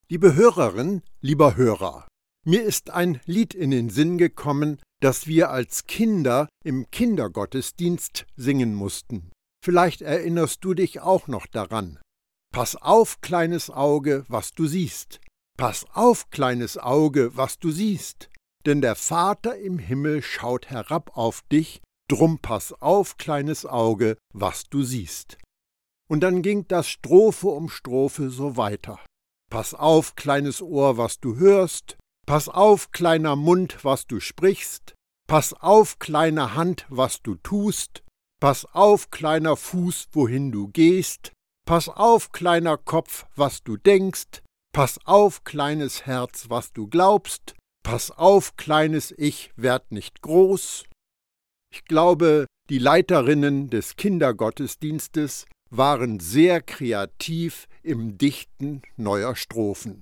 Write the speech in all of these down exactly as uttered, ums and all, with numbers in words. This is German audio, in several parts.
Liebe Hörerin, lieber Hörer, mir ist ein Lied in den Sinn gekommen, das wir als Kinder im Kindergottesdienst singen mussten. Vielleicht erinnerst du dich auch noch daran. Pass auf, kleines Auge, was du siehst. Pass auf, kleines Auge, was du siehst. Denn der Vater im Himmel schaut herab auf dich, drum pass auf, kleines Auge, was du siehst. Und dann ging das Strophe um Strophe so weiter. Pass auf, kleines Ohr, was du hörst. Pass auf, kleiner Mund, was du sprichst. Pass auf, kleine Hand, was du tust. Pass auf, kleiner Fuß, wohin du gehst. Pass auf, kleiner Kopf, was du denkst. Pass auf, kleines Herz, was du glaubst. Pass auf, kleines Ich, werd nicht groß. Ich glaube, die Leiterinnen des Kindergottesdienstes waren sehr kreativ im Dichten neuer Strophen.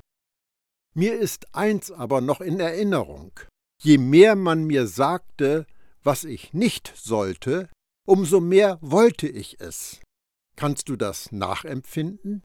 Mir ist eins aber noch in Erinnerung. Je mehr man mir sagte, was ich nicht sollte, umso mehr wollte ich es. Kannst du das nachempfinden?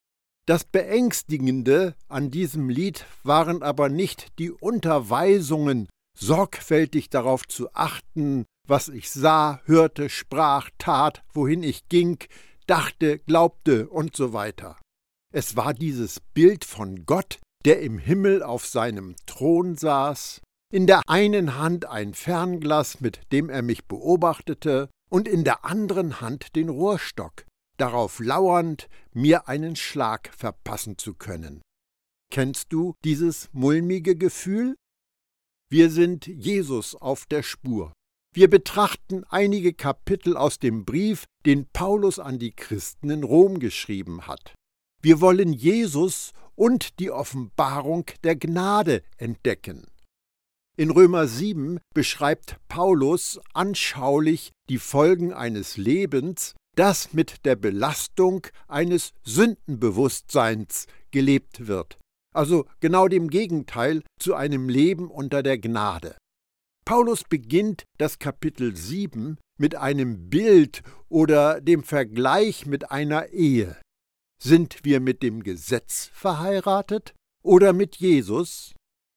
Das Beängstigende an diesem Lied waren aber nicht die Unterweisungen, sorgfältig darauf zu achten, was ich sah, hörte, sprach, tat, wohin ich ging, dachte, glaubte und so weiter. Es war dieses Bild von Gott, der im Himmel auf seinem Thron saß, in der einen Hand ein Fernglas, mit dem er mich beobachtete, und in der anderen Hand den Rohrstock, darauf lauernd, mir einen Schlag verpassen zu können. Kennst du dieses mulmige Gefühl? Wir sind Jesus auf der Spur. Wir betrachten einige Kapitel aus dem Brief, den Paulus an die Christen in Rom geschrieben hat. Wir wollen Jesus und die Offenbarung der Gnade entdecken. In Römer sieben beschreibt Paulus anschaulich die Folgen eines Lebens, das mit der Belastung eines Sündenbewusstseins gelebt wird. Also genau dem Gegenteil zu einem Leben unter der Gnade. Paulus beginnt das Kapitel sieben mit einem Bild oder dem Vergleich mit einer Ehe. Sind wir mit dem Gesetz verheiratet oder mit Jesus?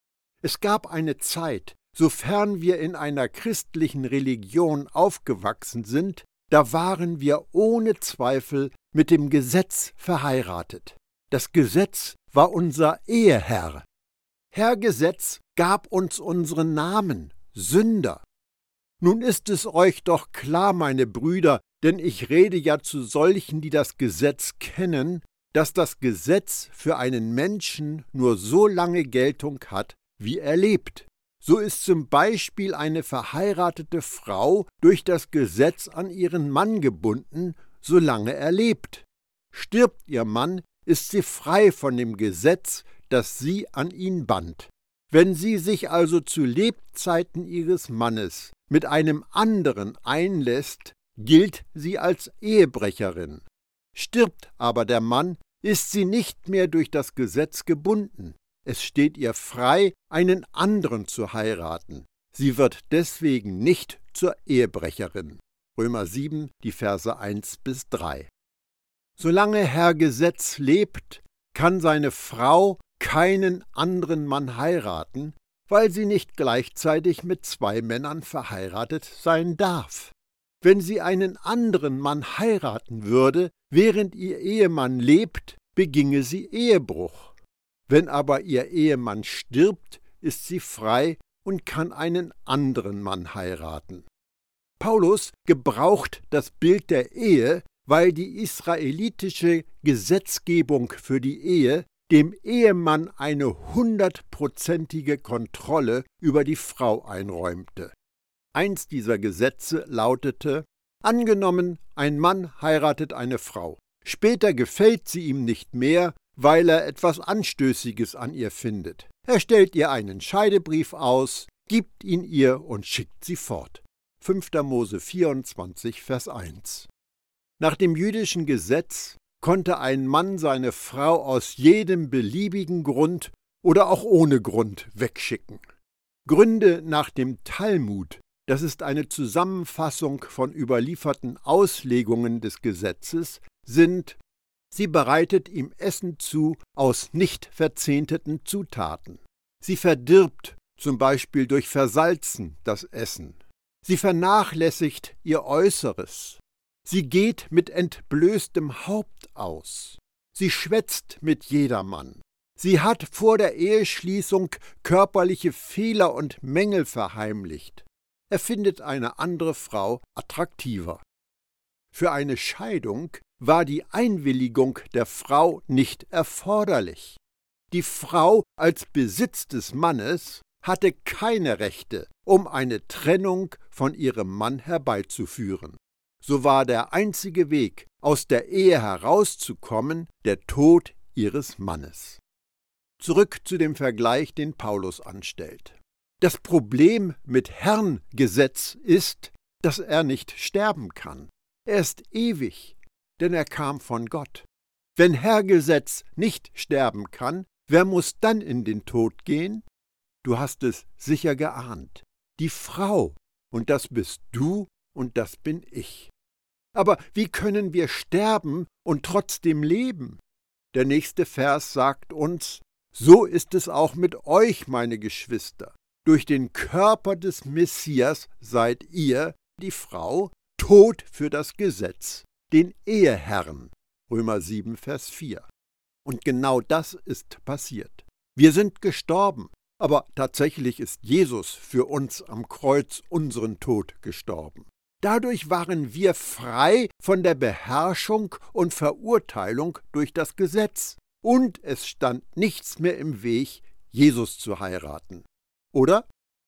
Es gab eine Zeit, sofern wir in einer christlichen Religion aufgewachsen sind, da waren wir ohne Zweifel mit dem Gesetz verheiratet. Das Gesetz war unser Eheherr. Herr Gesetz gab uns unseren Namen, Sünder. Nun ist es euch doch klar, meine Brüder, denn ich rede ja zu solchen, die das Gesetz kennen, dass das Gesetz für einen Menschen nur so lange Geltung hat, wie er lebt. So ist zum Beispiel eine verheiratete Frau durch das Gesetz an ihren Mann gebunden, solange er lebt. Stirbt ihr Mann, ist sie frei von dem Gesetz, das sie an ihn band. Wenn sie sich also zu Lebzeiten ihres Mannes mit einem anderen einlässt, gilt sie als Ehebrecherin. Stirbt aber der Mann, ist sie nicht mehr durch das Gesetz gebunden. Es steht ihr frei, einen anderen zu heiraten. Sie wird deswegen nicht zur Ehebrecherin. Römer sieben, die Verse eins bis drei. Solange Herr Gesetz lebt, kann seine Frau keinen anderen Mann heiraten, weil sie nicht gleichzeitig mit zwei Männern verheiratet sein darf. Wenn sie einen anderen Mann heiraten würde, während ihr Ehemann lebt, beginge sie Ehebruch. Wenn aber ihr Ehemann stirbt, ist sie frei und kann einen anderen Mann heiraten. Paulus gebraucht das Bild der Ehe, weil die israelitische Gesetzgebung für die Ehe dem Ehemann eine hundertprozentige Kontrolle über die Frau einräumte. Eins dieser Gesetze lautete: Angenommen, ein Mann heiratet eine Frau. Später gefällt sie ihm nicht mehr, weil er etwas Anstößiges an ihr findet. Er stellt ihr einen Scheidebrief aus, gibt ihn ihr und schickt sie fort. fünfter Mose vierundzwanzig, Vers eins. Nach dem jüdischen Gesetz konnte ein Mann seine Frau aus jedem beliebigen Grund oder auch ohne Grund wegschicken. Gründe nach dem Talmud, das ist eine Zusammenfassung von überlieferten Auslegungen des Gesetzes, sind Sie bereitet ihm Essen zu aus nicht verzehnteten Zutaten. Sie verdirbt, zum Beispiel durch Versalzen, das Essen. Sie vernachlässigt ihr Äußeres. Sie geht mit entblößtem Haupt aus. Sie schwätzt mit jedermann. Sie hat vor der Eheschließung körperliche Fehler und Mängel verheimlicht. Er findet eine andere Frau attraktiver. Für eine Scheidung war die Einwilligung der Frau nicht erforderlich. Die Frau als Besitz des Mannes hatte keine Rechte, um eine Trennung von ihrem Mann herbeizuführen. So war der einzige Weg, aus der Ehe herauszukommen, der Tod ihres Mannes. Zurück zu dem Vergleich, den Paulus anstellt. Das Problem mit Herrngesetz ist, dass er nicht sterben kann. Er ist ewig, denn er kam von Gott. Wenn Herrgesetz nicht sterben kann, wer muss dann in den Tod gehen? Du hast es sicher geahnt. Die Frau, und das bist du und das bin ich. Aber wie können wir sterben und trotzdem leben? Der nächste Vers sagt uns: So ist es auch mit euch, meine Geschwister. Durch den Körper des Messias seid ihr, die Frau, tot für das Gesetz, den Eheherrn. Römer sieben, Vers vier. Und genau das ist passiert. Wir sind gestorben, aber tatsächlich ist Jesus für uns am Kreuz unseren Tod gestorben. Dadurch waren wir frei von der Beherrschung und Verurteilung durch das Gesetz. Und es stand nichts mehr im Weg, Jesus zu heiraten. Oder?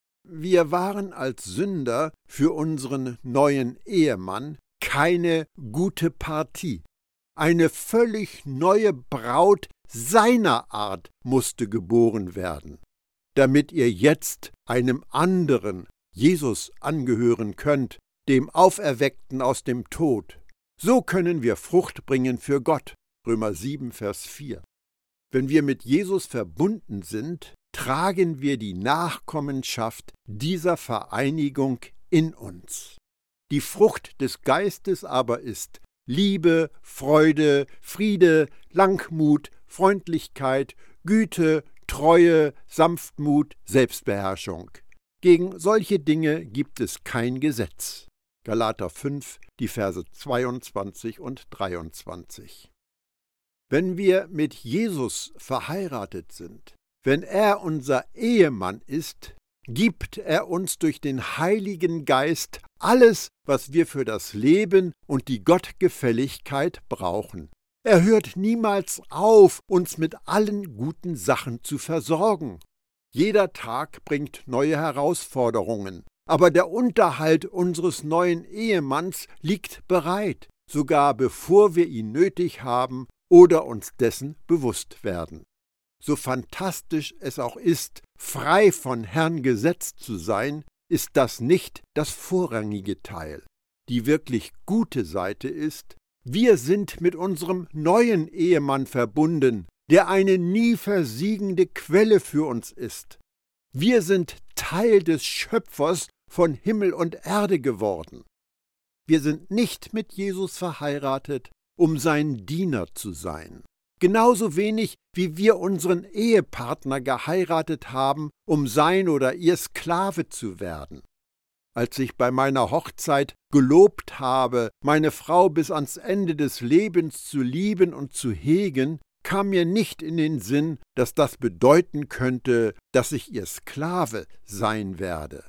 Wir waren als Sünder für unseren neuen Ehemann keine gute Partie. Eine völlig neue Braut seiner Art musste geboren werden, damit ihr jetzt einem anderen, Jesus, angehören könnt, dem Auferweckten aus dem Tod. So können wir Frucht bringen für Gott. Römer sieben, Vers vier. Wenn wir mit Jesus verbunden sind, tragen wir die Nachkommenschaft dieser Vereinigung in uns. Die Frucht des Geistes aber ist Liebe, Freude, Friede, Langmut, Freundlichkeit, Güte, Treue, Sanftmut, Selbstbeherrschung. Gegen solche Dinge gibt es kein Gesetz. Galater fünf, die Verse zweiundzwanzig und dreiundzwanzig. Wenn wir mit Jesus verheiratet sind, wenn er unser Ehemann ist, gibt er uns durch den Heiligen Geist alles, was wir für das Leben und die Gottgefälligkeit brauchen. Er hört niemals auf, uns mit allen guten Sachen zu versorgen. Jeder Tag bringt neue Herausforderungen, aber der Unterhalt unseres neuen Ehemanns liegt bereit, sogar bevor wir ihn nötig haben oder uns dessen bewusst werden. So fantastisch es auch ist, frei von Herrngesetz zu sein, ist das nicht das vorrangige Teil. Die wirklich gute Seite ist, wir sind mit unserem neuen Ehemann verbunden, der eine nie versiegende Quelle für uns ist. Wir sind Teil des Schöpfers von Himmel und Erde geworden. Wir sind nicht mit Jesus verheiratet, um sein Diener zu sein. Genauso wenig, wie wir unseren Ehepartner geheiratet haben, um sein oder ihr Sklave zu werden. Als ich bei meiner Hochzeit gelobt habe, meine Frau bis ans Ende des Lebens zu lieben und zu hegen, kam mir nicht in den Sinn, dass das bedeuten könnte, dass ich ihr Sklave sein werde.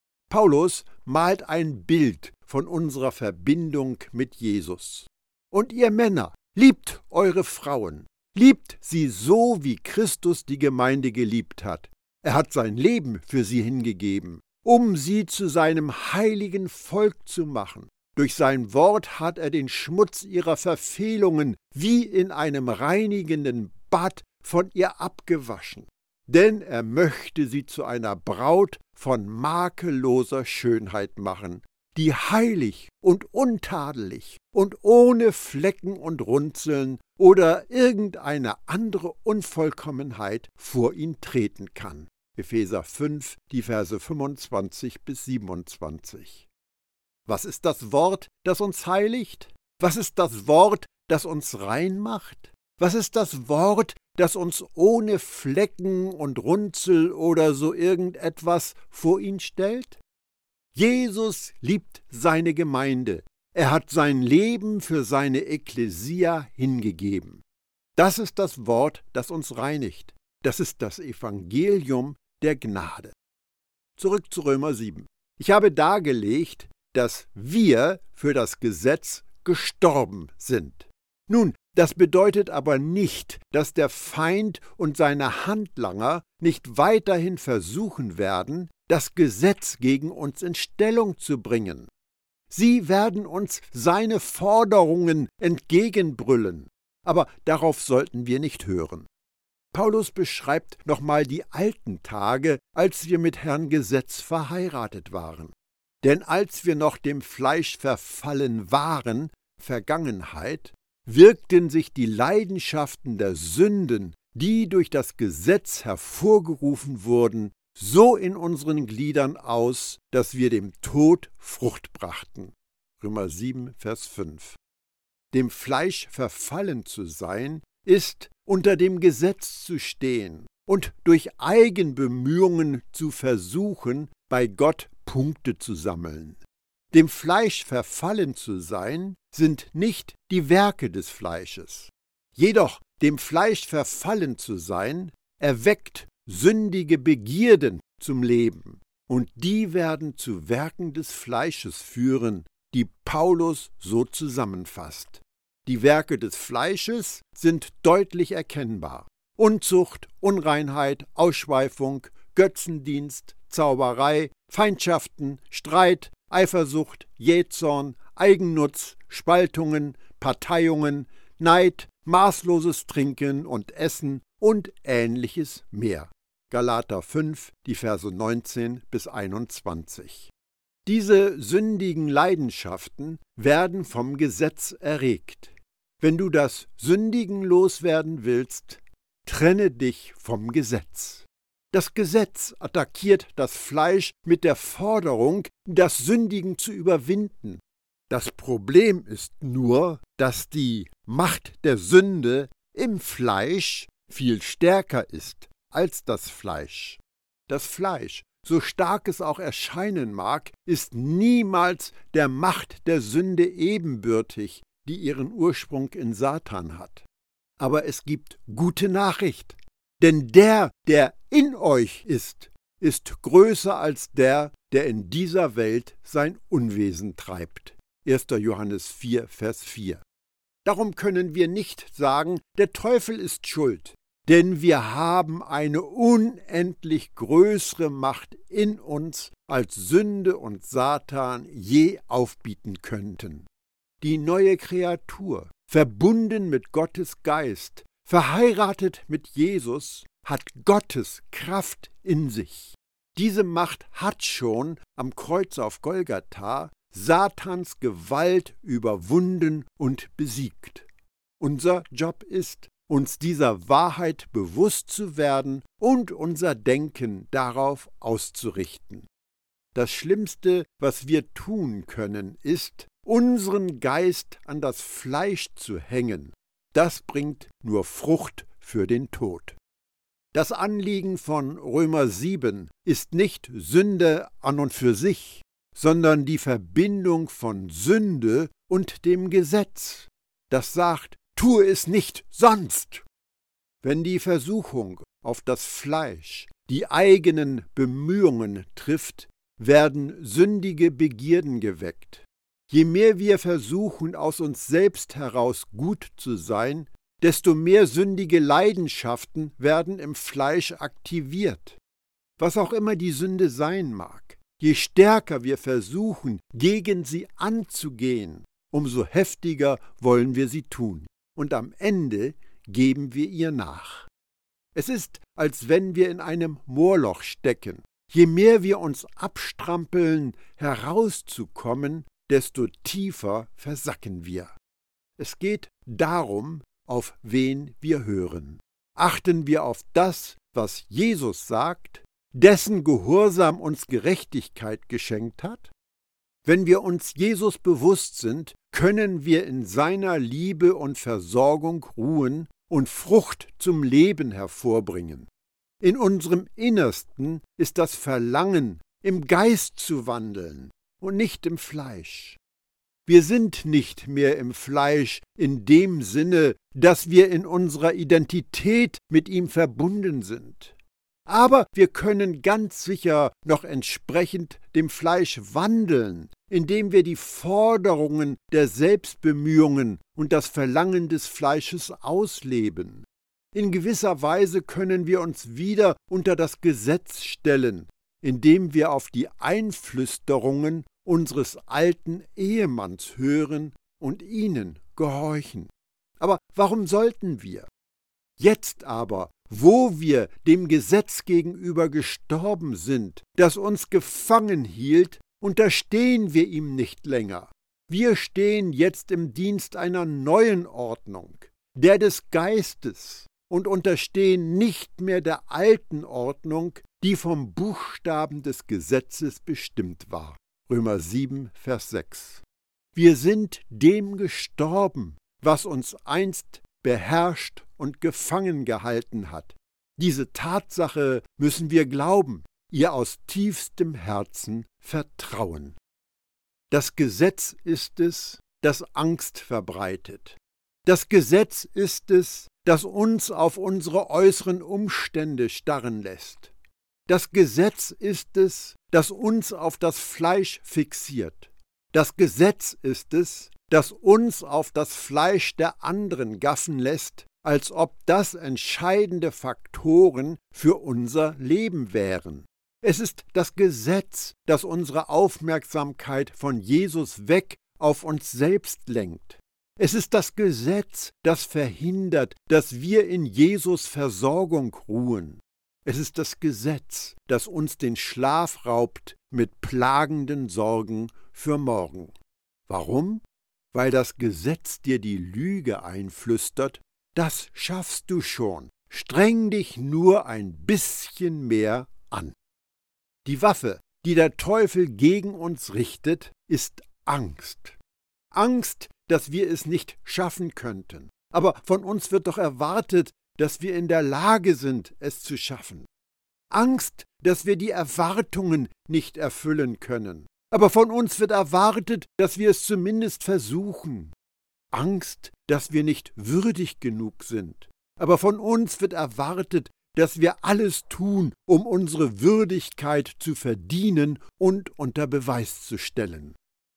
Paulus malt ein Bild von unserer Verbindung mit Jesus. Und ihr Männer, liebt eure Frauen, liebt sie so, wie Christus die Gemeinde geliebt hat. Er hat sein Leben für sie hingegeben, um sie zu seinem heiligen Volk zu machen. Durch sein Wort hat er den Schmutz ihrer Verfehlungen wie in einem reinigenden Bad von ihr abgewaschen. Denn er möchte sie zu einer Braut von makelloser Schönheit machen, die heilig und untadelig und ohne Flecken und Runzeln oder irgendeine andere Unvollkommenheit vor ihn treten kann. Epheser fünf, die Verse fünfundzwanzig bis siebenundzwanzig. Was ist das Wort, das uns heiligt? Was ist das Wort, das uns rein macht? Was ist das Wort, das uns ohne Flecken und Runzel oder so irgendetwas vor ihn stellt? Jesus liebt seine Gemeinde. Er hat sein Leben für seine Ekklesia hingegeben. Das ist das Wort, das uns reinigt. Das ist das Evangelium der Gnade. Zurück zu Römer sieben. Ich habe dargelegt, dass wir für das Gesetz gestorben sind. Nun, das bedeutet aber nicht, dass der Feind und seine Handlanger nicht weiterhin versuchen werden, das Gesetz gegen uns in Stellung zu bringen. Sie werden uns seine Forderungen entgegenbrüllen, aber darauf sollten wir nicht hören. Paulus beschreibt nochmal die alten Tage, als wir mit Herrn Gesetz verheiratet waren. Denn als wir noch dem Fleisch verfallen waren, Vergangenheit, wirkten sich die Leidenschaften der Sünden, die durch das Gesetz hervorgerufen wurden, so in unseren Gliedern aus, dass wir dem Tod Frucht brachten. Römer sieben, Vers fünf. Dem Fleisch verfallen zu sein, ist unter dem Gesetz zu stehen und durch Eigenbemühungen zu versuchen, bei Gott Punkte zu sammeln. Dem Fleisch verfallen zu sein, sind nicht die Werke des Fleisches. Jedoch dem Fleisch verfallen zu sein, erweckt sündige Begierden zum Leben, und die werden zu Werken des Fleisches führen, die Paulus so zusammenfasst. Die Werke des Fleisches sind deutlich erkennbar. Unzucht, Unreinheit, Ausschweifung, Götzendienst, Zauberei, Feindschaften, Streit, Eifersucht, Jähzorn, Eigennutz, Spaltungen, Parteiungen, Neid, maßloses Trinken und Essen und Ähnliches mehr. Galater fünf, die Verse neunzehn bis einundzwanzig. Diese sündigen Leidenschaften werden vom Gesetz erregt. Wenn du das Sündigen loswerden willst, trenne dich vom Gesetz. Das Gesetz attackiert das Fleisch mit der Forderung, das Sündigen zu überwinden. Das Problem ist nur, dass die Macht der Sünde im Fleisch viel stärker ist als das Fleisch. Das Fleisch, so stark es auch erscheinen mag, ist niemals der Macht der Sünde ebenbürtig, die ihren Ursprung in Satan hat. Aber es gibt gute Nachricht. Denn der, der in euch ist, ist größer als der, der in dieser Welt sein Unwesen treibt. erster Johannes vier, Vers vier. Darum können wir nicht sagen, der Teufel ist schuld, denn wir haben eine unendlich größere Macht in uns, als Sünde und Satan je aufbieten könnten. Die neue Kreatur, verbunden mit Gottes Geist, verheiratet mit Jesus, hat Gottes Kraft in sich. Diese Macht hat schon am Kreuz auf Golgatha Satans Gewalt überwunden und besiegt. Unser Job ist, uns dieser Wahrheit bewusst zu werden und unser Denken darauf auszurichten. Das Schlimmste, was wir tun können, ist, unseren Geist an das Fleisch zu hängen. Das bringt nur Frucht für den Tod. Das Anliegen von Römer sieben ist nicht Sünde an und für sich, sondern die Verbindung von Sünde und dem Gesetz, das sagt, tue es nicht sonst. Wenn die Versuchung auf das Fleisch die eigenen Bemühungen trifft, werden sündige Begierden geweckt. Je mehr wir versuchen, aus uns selbst heraus gut zu sein, desto mehr sündige Leidenschaften werden im Fleisch aktiviert. Was auch immer die Sünde sein mag, je stärker wir versuchen, gegen sie anzugehen, umso heftiger wollen wir sie tun. Und am Ende geben wir ihr nach. Es ist, als wenn wir in einem Moorloch stecken. Je mehr wir uns abstrampeln, herauszukommen, desto tiefer versacken wir. Es geht darum, auf wen wir hören. Achten wir auf das, was Jesus sagt, dessen Gehorsam uns Gerechtigkeit geschenkt hat? Wenn wir uns Jesus bewusst sind, können wir in seiner Liebe und Versorgung ruhen und Frucht zum Leben hervorbringen. In unserem Innersten ist das Verlangen, im Geist zu wandeln und nicht im Fleisch. Wir sind nicht mehr im Fleisch in dem Sinne, dass wir in unserer Identität mit ihm verbunden sind. Aber wir können ganz sicher noch entsprechend dem Fleisch wandeln, indem wir die Forderungen der Selbstbemühungen und das Verlangen des Fleisches ausleben. In gewisser Weise können wir uns wieder unter das Gesetz stellen, indem wir auf die Einflüsterungen unseres alten Ehemanns hören und ihnen gehorchen. Aber warum sollten wir? Jetzt aber, wo wir dem Gesetz gegenüber gestorben sind, das uns gefangen hielt, unterstehen wir ihm nicht länger. Wir stehen jetzt im Dienst einer neuen Ordnung, der des Geistes, und unterstehen nicht mehr der alten Ordnung, die vom Buchstaben des Gesetzes bestimmt war. Römer sieben, Vers sechs. Wir sind dem gestorben, was uns einst beherrscht und gefangen gehalten hat. Diese Tatsache müssen wir glauben, ihr aus tiefstem Herzen vertrauen. Das Gesetz ist es, das Angst verbreitet. Das Gesetz ist es, das uns auf unsere äußeren Umstände starren lässt. Das Gesetz ist es, das uns auf das Fleisch fixiert. Das Gesetz ist es, das uns auf das Fleisch der anderen gaffen lässt, als ob das entscheidende Faktoren für unser Leben wären. Es ist das Gesetz, das unsere Aufmerksamkeit von Jesus weg auf uns selbst lenkt. Es ist das Gesetz, das verhindert, dass wir in Jesus Versorgung ruhen. Es ist das Gesetz, das uns den Schlaf raubt mit plagenden Sorgen für morgen. Warum? Weil das Gesetz dir die Lüge einflüstert, das schaffst du schon, streng dich nur ein bisschen mehr an. Die Waffe, die der Teufel gegen uns richtet, ist Angst. Angst, dass wir es nicht schaffen könnten. Aber von uns wird doch erwartet, dass wir in der Lage sind, es zu schaffen. Angst, dass wir die Erwartungen nicht erfüllen können. Aber von uns wird erwartet, dass wir es zumindest versuchen. Angst, dass wir nicht würdig genug sind. Aber von uns wird erwartet, dass wir alles tun, um unsere Würdigkeit zu verdienen und unter Beweis zu stellen.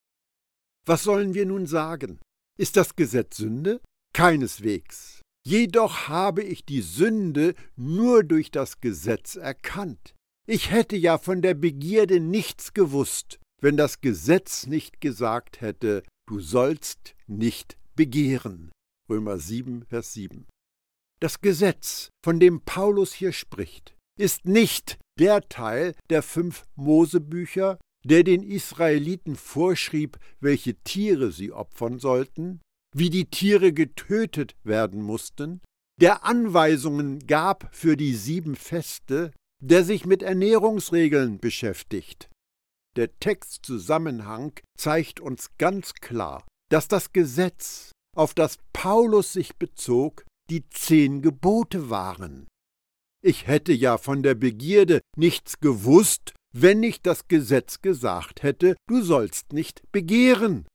Was sollen wir nun sagen? Ist das Gesetz Sünde? Keineswegs. Jedoch habe ich die Sünde nur durch das Gesetz erkannt. Ich hätte ja von der Begierde nichts gewusst, wenn das Gesetz nicht gesagt hätte, du sollst nicht begehren. Römer sieben, Vers sieben. Das Gesetz, von dem Paulus hier spricht, ist nicht der Teil der fünf Mosebücher, der den Israeliten vorschrieb, welche Tiere sie opfern sollten, wie die Tiere getötet werden mussten, der Anweisungen gab für die sieben Feste, der sich mit Ernährungsregeln beschäftigt. Der Textzusammenhang zeigt uns ganz klar, dass das Gesetz, auf das Paulus sich bezog, die zehn Gebote waren. Ich hätte ja von der Begierde nichts gewusst, wenn nicht das Gesetz gesagt hätte, du sollst nicht begehren.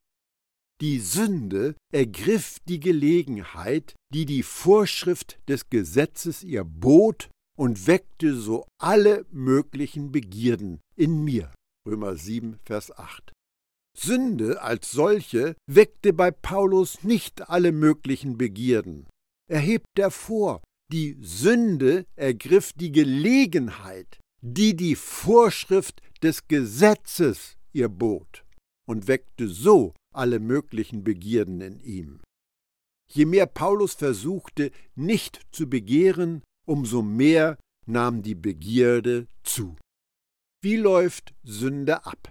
Die Sünde ergriff die Gelegenheit, die die Vorschrift des Gesetzes ihr bot, und weckte so alle möglichen Begierden in mir. Römer sieben, Vers acht. Sünde als solche weckte bei Paulus nicht alle möglichen Begierden. Er hebt hervor, die Sünde ergriff die Gelegenheit, die die Vorschrift des Gesetzes ihr bot, und weckte so alle möglichen Begierden in ihm. Je mehr Paulus versuchte, nicht zu begehren, umso mehr nahm die Begierde zu. Wie läuft Sünde ab?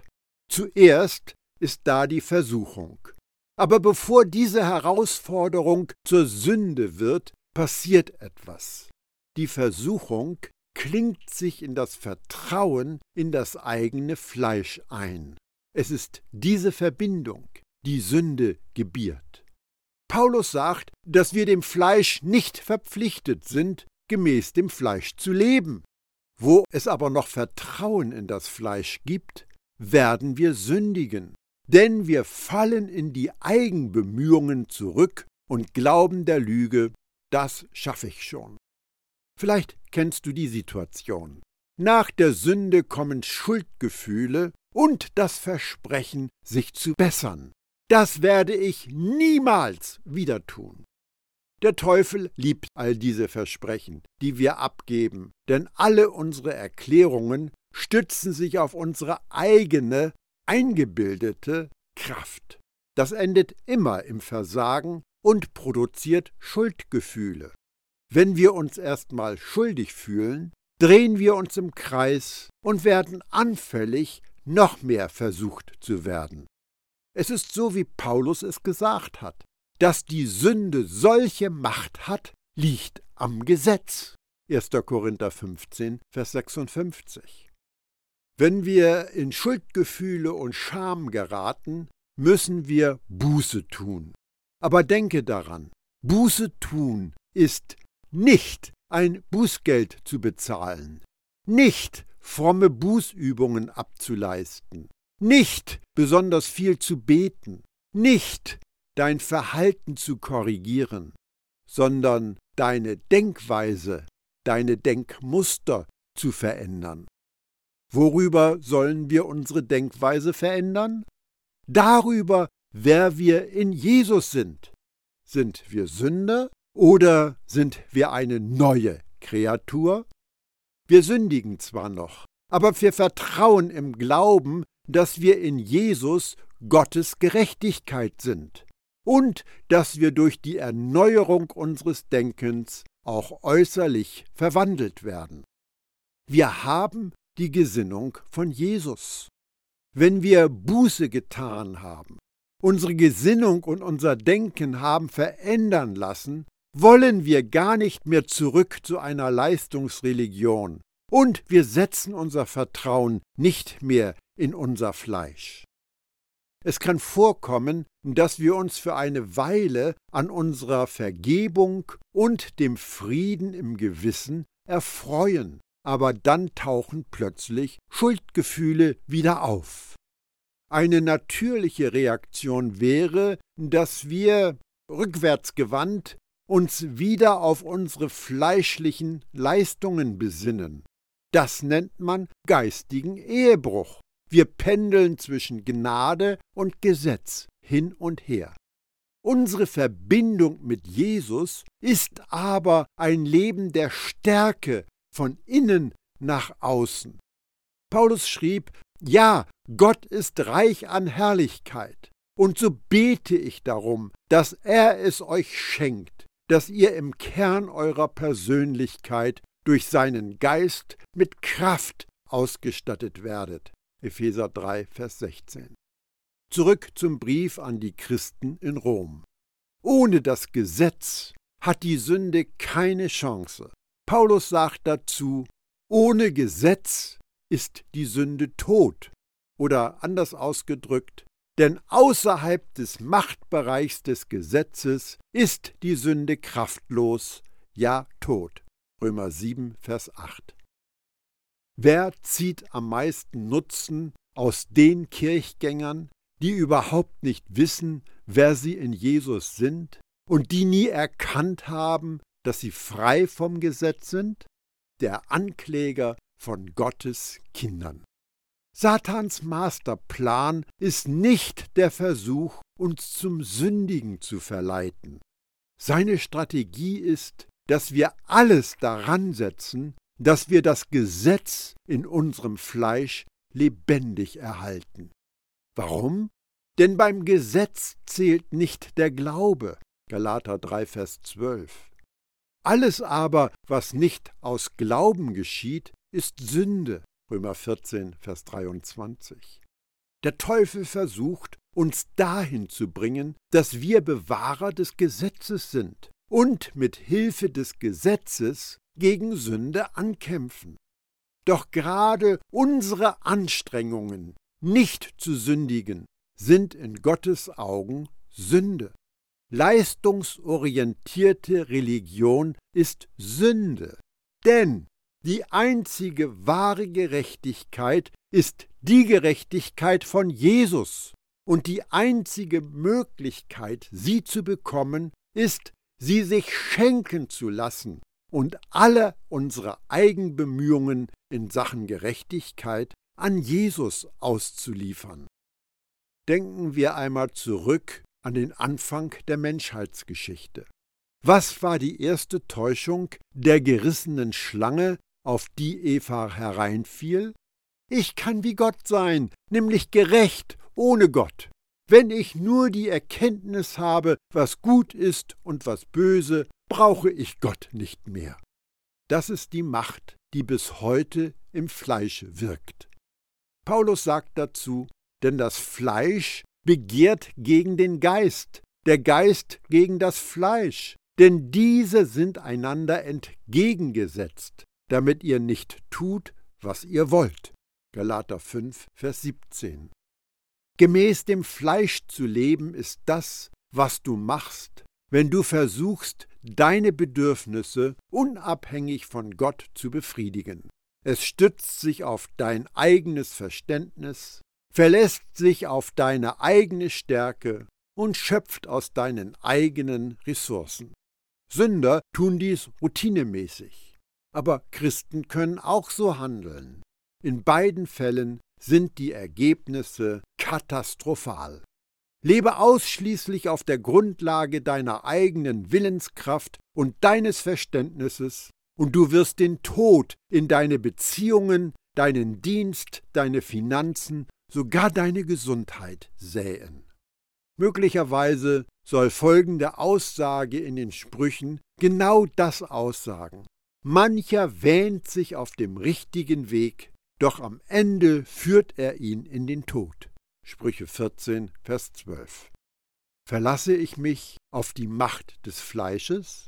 Zuerst ist da die Versuchung. Aber bevor diese Herausforderung zur Sünde wird, passiert etwas. Die Versuchung klingt sich in das Vertrauen in das eigene Fleisch ein. Es ist diese Verbindung, die Sünde gebiert. Paulus sagt, dass wir dem Fleisch nicht verpflichtet sind, gemäß dem Fleisch zu leben. Wo es aber noch Vertrauen in das Fleisch gibt, werden wir sündigen, denn wir fallen in die Eigenbemühungen zurück und glauben der Lüge, das schaffe ich schon. Vielleicht kennst du die Situation. Nach der Sünde kommen Schuldgefühle und das Versprechen, sich zu bessern. Das werde ich niemals wieder tun. Der Teufel liebt all diese Versprechen, die wir abgeben, denn alle unsere Erklärungen stützen sich auf unsere eigene, eingebildete Kraft. Das endet immer im Versagen und produziert Schuldgefühle. Wenn wir uns erstmal schuldig fühlen, drehen wir uns im Kreis und werden anfällig, noch mehr versucht zu werden. Es ist so, wie Paulus es gesagt hat. Dass die Sünde solche Macht hat, liegt am Gesetz. erster Korinther fünfzehn, Vers sechsundfünfzig. Wenn wir in Schuldgefühle und Scham geraten, müssen wir Buße tun. Aber denke daran, Buße tun ist nicht ein Bußgeld zu bezahlen, nicht fromme Bußübungen abzuleisten, nicht besonders viel zu beten, nicht dein Verhalten zu korrigieren, sondern deine Denkweise, deine Denkmuster zu verändern. Worüber sollen wir unsere Denkweise verändern? Darüber, wer wir in Jesus sind. Sind wir Sünder oder sind wir eine neue Kreatur? Wir sündigen zwar noch, aber wir vertrauen im Glauben, dass wir in Jesus Gottes Gerechtigkeit sind und dass wir durch die Erneuerung unseres Denkens auch äußerlich verwandelt werden. Wir haben die Gesinnung von Jesus. Wenn wir Buße getan haben, unsere Gesinnung und unser Denken haben verändern lassen, wollen wir gar nicht mehr zurück zu einer Leistungsreligion und wir setzen unser Vertrauen nicht mehr in unser Fleisch. Es kann vorkommen, dass wir uns für eine Weile an unserer Vergebung und dem Frieden im Gewissen erfreuen, aber dann tauchen plötzlich Schuldgefühle wieder auf. Eine natürliche Reaktion wäre, dass wir rückwärtsgewandt uns wieder auf unsere fleischlichen Leistungen besinnen. Das nennt man geistigen Ehebruch. Wir pendeln zwischen Gnade und Gesetz hin und her. Unsere Verbindung mit Jesus ist aber ein Leben der Stärke von innen nach außen. Paulus schrieb, ja, Gott ist reich an Herrlichkeit, und so bete ich darum, dass er es euch schenkt, dass ihr im Kern eurer Persönlichkeit durch seinen Geist mit Kraft ausgestattet werdet. Epheser drei, Vers sechzehn. Zurück zum Brief an die Christen in Rom. Ohne das Gesetz hat die Sünde keine Chance. Paulus sagt dazu, ohne Gesetz ist die Sünde tot. Oder anders ausgedrückt, denn außerhalb des Machtbereichs des Gesetzes ist die Sünde kraftlos, ja tot. Römer sieben, Vers acht. Wer zieht am meisten Nutzen aus den Kirchgängern, die überhaupt nicht wissen, wer sie in Jesus sind und die nie erkannt haben, dass sie frei vom Gesetz sind? Der Ankläger von Gottes Kindern. Satans Masterplan ist nicht der Versuch, uns zum Sündigen zu verleiten. Seine Strategie ist, dass wir alles daran setzen, dass wir das Gesetz in unserem Fleisch lebendig erhalten. Warum? Denn beim Gesetz zählt nicht der Glaube. Galater drei, Vers zwölf. Alles aber, was nicht aus Glauben geschieht, ist Sünde. Römer vierzehn, Vers dreiundzwanzig. Der Teufel versucht, uns dahin zu bringen, dass wir Bewahrer des Gesetzes sind und mit Hilfe des Gesetzes gegen Sünde ankämpfen. Doch gerade unsere Anstrengungen, nicht zu sündigen, sind in Gottes Augen Sünde. Leistungsorientierte Religion ist Sünde, denn die einzige wahre Gerechtigkeit ist die Gerechtigkeit von Jesus. Und die einzige Möglichkeit, sie zu bekommen, ist, sie sich schenken zu lassen und alle unsere Eigenbemühungen in Sachen Gerechtigkeit an Jesus auszuliefern. Denken wir einmal zurück an den Anfang der Menschheitsgeschichte. Was war die erste Täuschung der gerissenen Schlange, auf die Eva hereinfiel? Ich kann wie Gott sein, nämlich gerecht, ohne Gott. Wenn ich nur die Erkenntnis habe, was gut ist und was böse, brauche ich Gott nicht mehr. Das ist die Macht, die bis heute im Fleische wirkt. Paulus sagt dazu, denn das Fleisch begehrt gegen den Geist, der Geist gegen das Fleisch, denn diese sind einander entgegengesetzt, damit ihr nicht tut, was ihr wollt. Galater fünf, Vers siebzehn. Gemäß dem Fleisch zu leben ist das, was du machst, wenn du versuchst, deine Bedürfnisse unabhängig von Gott zu befriedigen. Es stützt sich auf dein eigenes Verständnis, verlässt sich auf deine eigene Stärke und schöpft aus deinen eigenen Ressourcen. Sünder tun dies routinemäßig, aber Christen können auch so handeln. In beiden Fällen sind die Ergebnisse katastrophal. Lebe ausschließlich auf der Grundlage deiner eigenen Willenskraft und deines Verständnisses, und du wirst den Tod in deine Beziehungen, deinen Dienst, deine Finanzen, sogar deine Gesundheit säen. Möglicherweise soll folgende Aussage in den Sprüchen genau das aussagen. Mancher wähnt sich auf dem richtigen Weg, doch am Ende führt er ihn in den Tod. Sprüche vierzehn, Vers zwölf. Verlasse ich mich auf die Macht des Fleisches?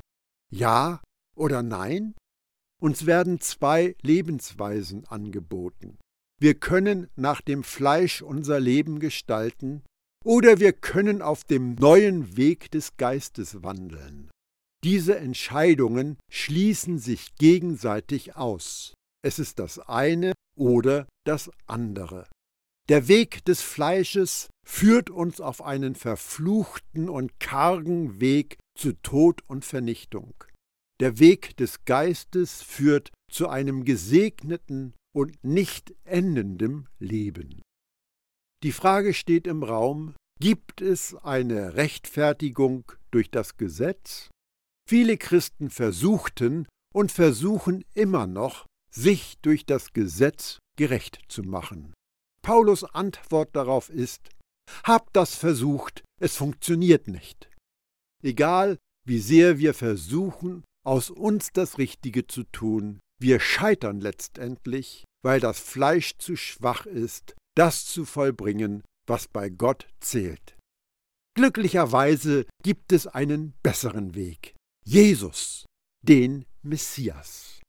Ja oder nein? Uns werden zwei Lebensweisen angeboten. Wir können nach dem Fleisch unser Leben gestalten oder wir können auf dem neuen Weg des Geistes wandeln. Diese Entscheidungen schließen sich gegenseitig aus. Es ist das eine oder das andere. Der Weg des Fleisches führt uns auf einen verfluchten und kargen Weg zu Tod und Vernichtung. Der Weg des Geistes führt zu einem gesegneten und nicht endendem Leben. Die Frage steht im Raum: Gibt es eine Rechtfertigung durch das Gesetz? Viele Christen versuchten und versuchen immer noch, sich durch das Gesetz gerecht zu machen. Paulus' Antwort darauf ist: Habt das versucht, es funktioniert nicht. Egal, wie sehr wir versuchen, aus uns das Richtige zu tun, wir scheitern letztendlich, weil das Fleisch zu schwach ist, das zu vollbringen, was bei Gott zählt. Glücklicherweise gibt es einen besseren Weg: Jesus, den Messias.